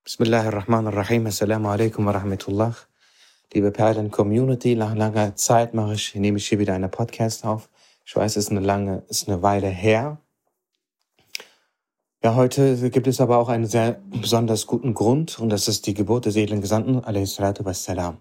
Bismillahirrahmanirrahim. Assalamu alaikum wa rahmatullah. Liebe Perlen-Community, nach langer Zeit nehme ich hier wieder eine Podcast auf. Ich weiß, es ist eine Weile her. Ja, heute gibt es aber auch einen sehr besonders guten Grund, und das ist die Geburt des edlen Gesandten, alaihissalatu wassalam.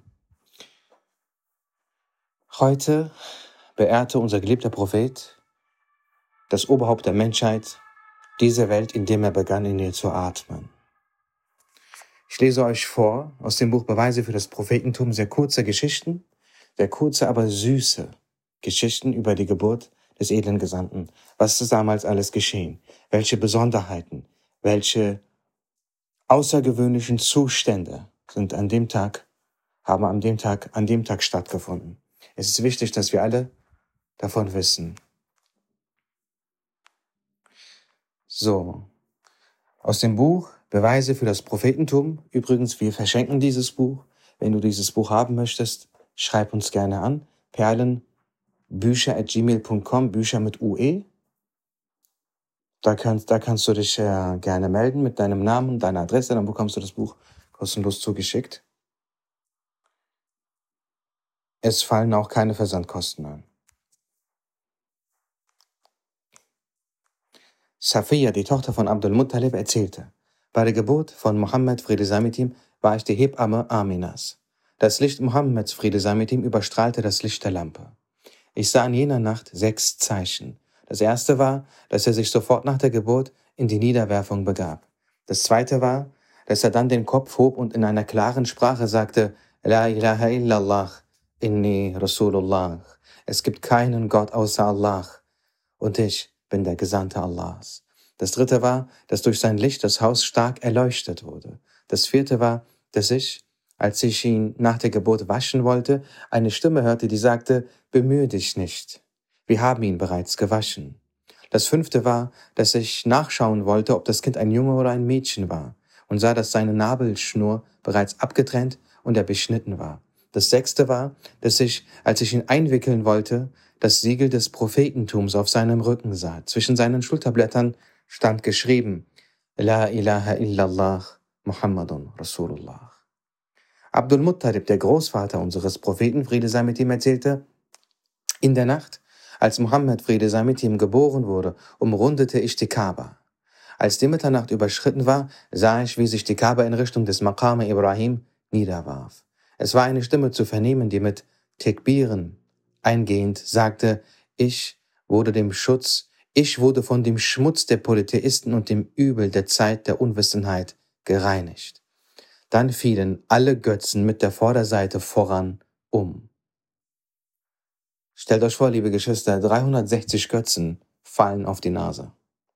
Heute beehrte unser geliebter Prophet, das Oberhaupt der Menschheit, diese Welt, indem er begann, in ihr zu atmen. Ich lese euch vor aus dem Buch Beweise für das Prophetentum sehr kurze Geschichten, sehr kurze, aber süße Geschichten über die Geburt des edlen Gesandten. Was ist damals alles geschehen? Welche Besonderheiten, welche außergewöhnlichen Zustände haben an dem Tag stattgefunden? Es ist wichtig, dass wir alle davon wissen. So, aus dem Buch Beweise für das Prophetentum. Übrigens, wir verschenken dieses Buch. Wenn du dieses Buch haben möchtest, schreib uns gerne an. perlenbücher@gmail.com, Bücher mit UE. Da kannst du dich gerne melden mit deinem Namen, deiner Adresse, dann bekommst du das Buch kostenlos zugeschickt. Es fallen auch keine Versandkosten an. Safiya, die Tochter von Abdul Muttalib, erzählte: Bei der Geburt von Mohammed, Friede sei mit ihm, war ich die Hebamme Aminas. Das Licht Mohammeds, Friede sei mit ihm, überstrahlte das Licht der Lampe. Ich sah in jener Nacht 6 Zeichen. Das erste war, dass er sich sofort nach der Geburt in die Niederwerfung begab. Das zweite war, dass er dann den Kopf hob und in einer klaren Sprache sagte: La ilaha illallah, inni Rasulullah. Es gibt keinen Gott außer Allah und ich bin der Gesandte Allahs. Das dritte war, dass durch sein Licht das Haus stark erleuchtet wurde. Das vierte war, dass ich, als ich ihn nach der Geburt waschen wollte, eine Stimme hörte, die sagte: Bemühe dich nicht, wir haben ihn bereits gewaschen. Das fünfte war, dass ich nachschauen wollte, ob das Kind ein Junge oder ein Mädchen war, und sah, dass seine Nabelschnur bereits abgetrennt und er beschnitten war. Das sechste war, dass ich, als ich ihn einwickeln wollte, das Siegel des Prophetentums auf seinem Rücken sah. Zwischen seinen Schulterblättern stand geschrieben: La ilaha illallah, Muhammadun Rasulullah. Abdul Muttalib, der Großvater unseres Propheten, Friede sei mit ihm, erzählte: In der Nacht, als Mohammed, Friede sei mit ihm, geboren wurde, umrundete ich die Kaaba. Als die Mitternacht überschritten war, sah ich, wie sich die Kaaba in Richtung des Maqam Ibrahim niederwarf. Es war eine Stimme zu vernehmen, die mit Tekbiren eingehend sagte: Ich wurde von dem Schmutz der Polytheisten und dem Übel der Zeit der Unwissenheit gereinigt. Dann fielen alle Götzen mit der Vorderseite voran um. Stellt euch vor, liebe Geschwister, 360 Götzen fallen auf die Nase.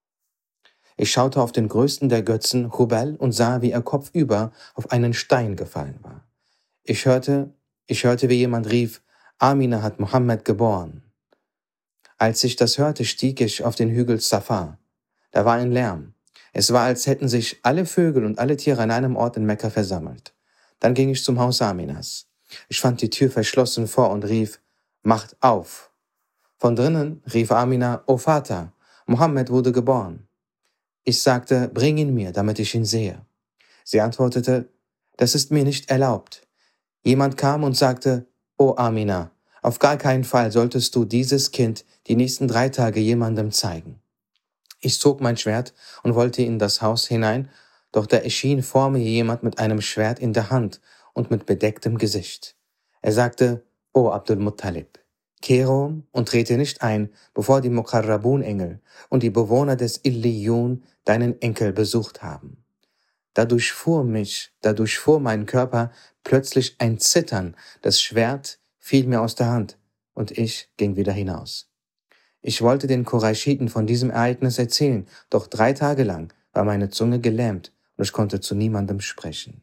Ich schaute auf den größten der Götzen, Hubal, und sah, wie er kopfüber auf einen Stein gefallen war. Ich hörte, wie jemand rief: Amina hat Mohammed geboren. Als ich das hörte, stieg ich auf den Hügel Safa. Da war ein Lärm. Es war, als hätten sich alle Vögel und alle Tiere an einem Ort in Mekka versammelt. Dann ging ich zum Haus Aminas. Ich fand die Tür verschlossen vor und rief: Macht auf! Von drinnen rief Amina: O Vater, Mohammed wurde geboren. Ich sagte: Bring ihn mir, damit ich ihn sehe. Sie antwortete: Das ist mir nicht erlaubt. Jemand kam und sagte: O Amina, auf gar keinen Fall solltest du dieses Kind die nächsten 3 Tage jemandem zeigen. Ich zog mein Schwert und wollte in das Haus hinein, doch da erschien vor mir jemand mit einem Schwert in der Hand und mit bedecktem Gesicht. Er sagte: O Abdul Muttalib, kehre um und trete nicht ein, bevor die Muqarrabun-Engel und die Bewohner des Illiyun deinen Enkel besucht haben. Da durchfuhr meinen Körper plötzlich ein Zittern, das Schwert fiel mir aus der Hand und ich ging wieder hinaus. Ich wollte den Qurayshiten von diesem Ereignis erzählen, doch 3 Tage lang war meine Zunge gelähmt und ich konnte zu niemandem sprechen.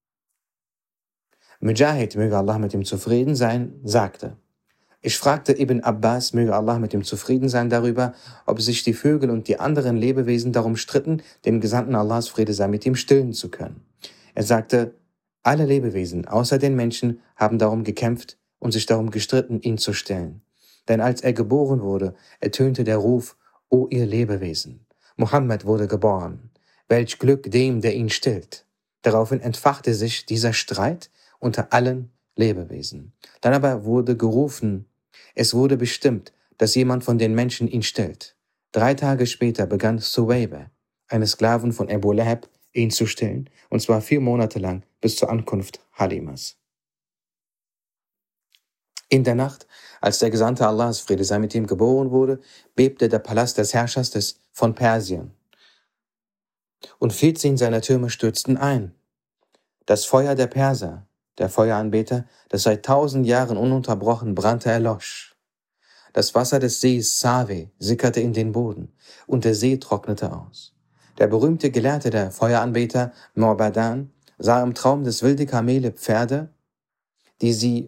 Mujahid, möge Allah mit ihm zufrieden sein, sagte: Ich fragte Ibn Abbas, möge Allah mit ihm zufrieden sein, darüber, ob sich die Vögel und die anderen Lebewesen darum stritten, den Gesandten Allahs, Friede sei mit ihm, stillen zu können. Er sagte: Alle Lebewesen, außer den Menschen, haben darum gekämpft und sich darum gestritten, ihn zu stillen. Denn als er geboren wurde, ertönte der Ruf: O ihr Lebewesen, Mohammed wurde geboren. Welch Glück dem, der ihn stillt. Daraufhin entfachte sich dieser Streit unter allen Lebewesen. Dann aber wurde gerufen, es wurde bestimmt, dass jemand von den Menschen ihn stillt. 3 Tage später begann Suwayba, eine Sklavin von Abu Lahab, ihn zu stillen, und zwar 4 Monate lang bis zur Ankunft Halimas. In der Nacht, als der Gesandte Allahs, Friede sei mit ihm, geboren wurde, bebte der Palast des Herrschers von Persien und 14 seiner Türme stürzten ein. Das Feuer der Perser, der Feueranbeter, das seit 1000 Jahren ununterbrochen brannte, erlosch. Das Wasser des Sees Save sickerte in den Boden und der See trocknete aus. Der berühmte Gelehrte der Feueranbeter, Morbadan, sah im Traum des wilde Kamele Pferde, die sie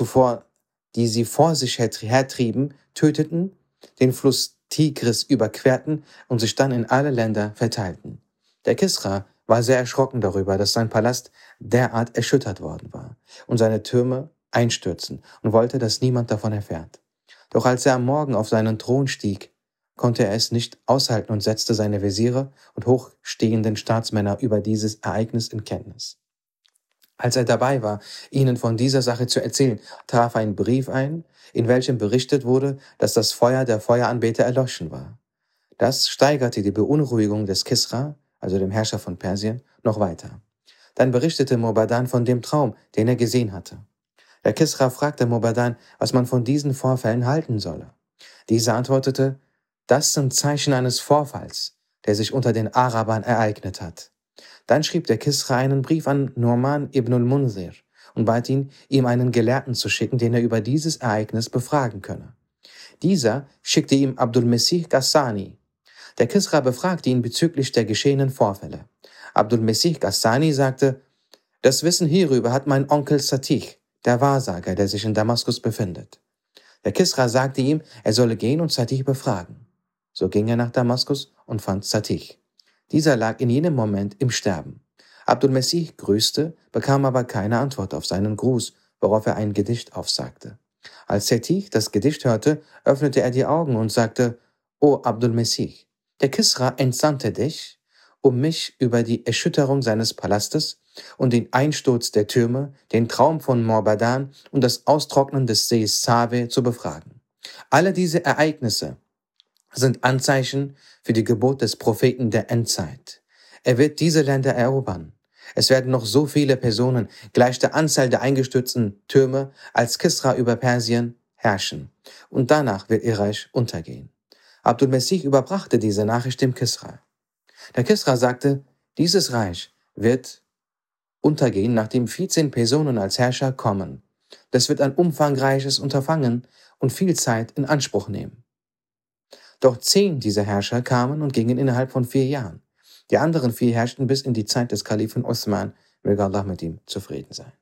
vor sich hertrieben, töteten, den Fluss Tigris überquerten und sich dann in alle Länder verteilten. Der Kisra war sehr erschrocken darüber, dass sein Palast derart erschüttert worden war und seine Türme einstürzen, und wollte, dass niemand davon erfährt. Doch als er am Morgen auf seinen Thron stieg, konnte er es nicht aushalten und setzte seine Wesire und hochstehenden Staatsmänner über dieses Ereignis in Kenntnis. Als er dabei war, ihnen von dieser Sache zu erzählen, traf ein Brief ein, in welchem berichtet wurde, dass das Feuer der Feueranbeter erloschen war. Das steigerte die Beunruhigung des Kisra, also dem Herrscher von Persien, noch weiter. Dann berichtete Morbadan von dem Traum, den er gesehen hatte. Der Kisra fragte Morbadan, was man von diesen Vorfällen halten solle. Dieser antwortete, das sind Zeichen eines Vorfalls, der sich unter den Arabern ereignet hat. Dann schrieb der Kisra einen Brief an Nu'man ibn al-Munzir und bat ihn, ihm einen Gelehrten zu schicken, den er über dieses Ereignis befragen könne. Dieser schickte ihm Abdul Mesih Ghassani. Der Kisra befragte ihn bezüglich der geschehenen Vorfälle. Abdul Mesih Ghassani sagte, das Wissen hierüber hat mein Onkel Satih, der Wahrsager, der sich in Damaskus befindet. Der Kisra sagte ihm, er solle gehen und Satih befragen. So ging er nach Damaskus und fand Satih. Dieser lag in jenem Moment im Sterben. Abdul Mesih grüßte, bekam aber keine Antwort auf seinen Gruß, worauf er ein Gedicht aufsagte. Als Satih das Gedicht hörte, öffnete er die Augen und sagte, O Abdul Mesih, der Kisra entsandte dich, um mich über die Erschütterung seines Palastes und den Einsturz der Türme, den Traum von Morbadan und das Austrocknen des Sees Save zu befragen. Alle diese Ereignisse sind Anzeichen für die Geburt des Propheten der Endzeit. Er wird diese Länder erobern. Es werden noch so viele Personen gleich der Anzahl der eingestürzten Türme als Kisra über Persien herrschen. Und danach wird ihr Reich untergehen. Abdul Mesih überbrachte diese Nachricht dem Kisra. Der Kisra sagte, dieses Reich wird untergehen, nachdem 14 Personen als Herrscher kommen. Das wird ein umfangreiches Unterfangen und viel Zeit in Anspruch nehmen. Doch 10 dieser Herrscher kamen und gingen innerhalb von 4 Jahren. Die anderen 4 herrschten bis in die Zeit des Kalifen Osman, möge Allah mit ihm zufrieden sein.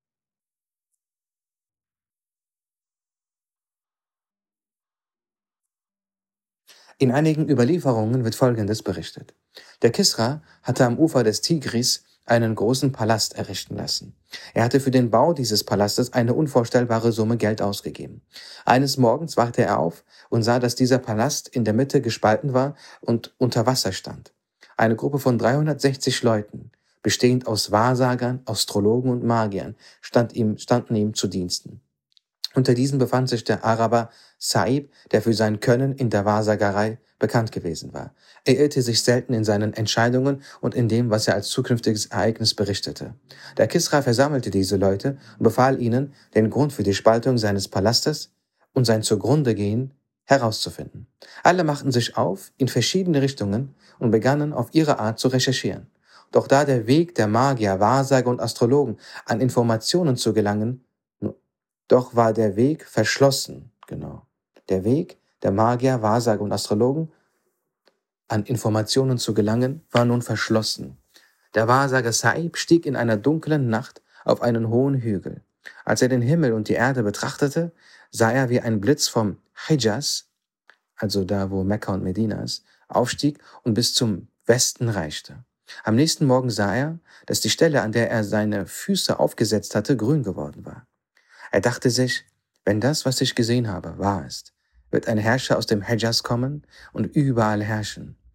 In einigen Überlieferungen wird Folgendes berichtet. Der Kisra hatte am Ufer des Tigris einen großen Palast errichten lassen. Er hatte für den Bau dieses Palastes eine unvorstellbare Summe Geld ausgegeben. Eines Morgens wachte er auf und sah, dass dieser Palast in der Mitte gespalten war und unter Wasser stand. Eine Gruppe von 360 Leuten, bestehend aus Wahrsagern, Astrologen und Magiern, standen ihm zu Diensten. Unter diesen befand sich der Araber Saib, der für sein Können in der Wahrsagerei bekannt gewesen war. Er irrte sich selten in seinen Entscheidungen und in dem, was er als zukünftiges Ereignis berichtete. Der Kisra versammelte diese Leute und befahl ihnen, den Grund für die Spaltung seines Palastes und sein Zugrundegehen herauszufinden. Alle machten sich auf in verschiedene Richtungen und begannen auf ihre Art zu recherchieren. Doch da der Weg der Magier, Wahrsager und Astrologen an Informationen zu gelangen, doch war der Weg verschlossen, Der Weg der Magier, Wahrsager und Astrologen an Informationen zu gelangen, war nun verschlossen. Der Wahrsager Saib stieg in einer dunklen Nacht auf einen hohen Hügel. Als er den Himmel und die Erde betrachtete, sah er, wie ein Blitz vom Hijaz, also da, wo Mekka und Medina ist, aufstieg und bis zum Westen reichte. Am nächsten Morgen sah er, dass die Stelle, an der er seine Füße aufgesetzt hatte, grün geworden war. Er dachte sich, wenn das, was ich gesehen habe, wahr ist, wird ein Herrscher aus dem Hijaz kommen und überall herrschen.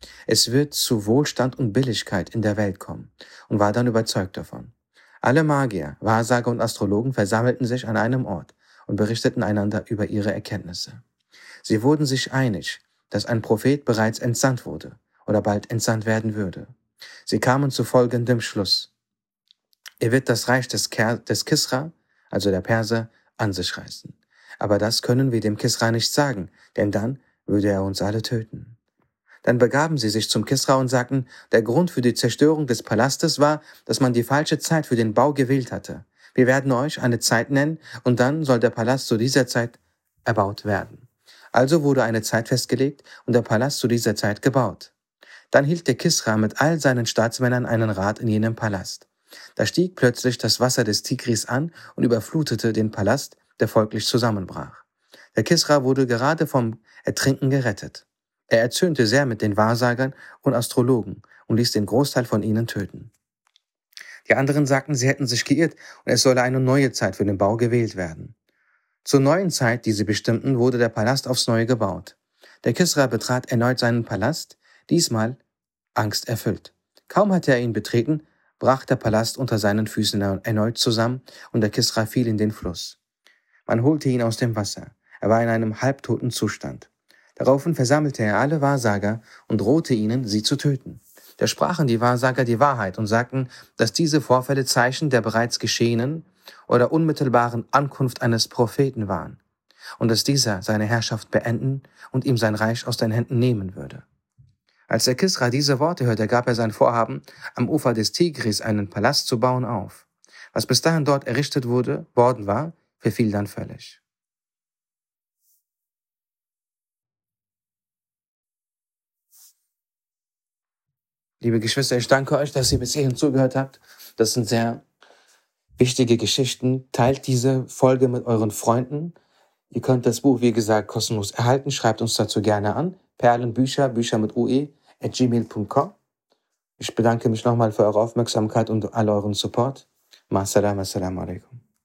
Es wird zu Wohlstand und Billigkeit in der Welt kommen und war dann überzeugt davon. Alle Magier, Wahrsager und Astrologen versammelten sich an einem Ort und berichteten einander über ihre Erkenntnisse. Sie wurden sich einig, dass ein Prophet bereits entsandt wurde oder bald entsandt werden würde. Sie kamen zu folgendem Schluss: Er wird das Reich des Kisra, also der Perser, an sich reißen. Aber das können wir dem Kisra nicht sagen, denn dann würde er uns alle töten. Dann begaben sie sich zum Kisra und sagten, der Grund für die Zerstörung des Palastes war, dass man die falsche Zeit für den Bau gewählt hatte. Wir werden euch eine Zeit nennen und dann soll der Palast zu dieser Zeit erbaut werden. Also wurde eine Zeit festgelegt und der Palast zu dieser Zeit gebaut. Dann hielt der Kisra mit all seinen Staatsmännern einen Rat in jenem Palast. Da stieg plötzlich das Wasser des Tigris an und überflutete den Palast, der folglich zusammenbrach. Der Kisra wurde gerade vom Ertrinken gerettet. Er erzürnte sehr mit den Wahrsagern und Astrologen und ließ den Großteil von ihnen töten. Die anderen sagten, sie hätten sich geirrt und es solle eine neue Zeit für den Bau gewählt werden. Zur neuen Zeit, die sie bestimmten, wurde der Palast aufs Neue gebaut. Der Kisra betrat erneut seinen Palast, diesmal angsterfüllt. Kaum hatte er ihn betreten, brach der Palast unter seinen Füßen erneut zusammen und der Kisra fiel in den Fluss. Man holte ihn aus dem Wasser. Er war in einem halbtoten Zustand. Daraufhin versammelte er alle Wahrsager und drohte ihnen, sie zu töten. Da sprachen die Wahrsager die Wahrheit und sagten, dass diese Vorfälle Zeichen der bereits geschehenen oder unmittelbaren Ankunft eines Propheten waren und dass dieser seine Herrschaft beenden und ihm sein Reich aus den Händen nehmen würde. Als der Kisra diese Worte hörte, gab er sein Vorhaben, am Ufer des Tigris einen Palast zu bauen, auf. Was bis dahin dort errichtet worden war, verfiel dann völlig. Liebe Geschwister, ich danke euch, dass ihr bis hierhin zugehört habt. Das sind sehr wichtige Geschichten. Teilt diese Folge mit euren Freunden. Ihr könnt das Buch, wie gesagt, kostenlos erhalten. Schreibt uns dazu gerne an. Perlenbücher, Bücher mit UE, @gmail.com. Ich bedanke mich nochmal für eure Aufmerksamkeit und all euren Support. Ma salam, assalamu alaikum.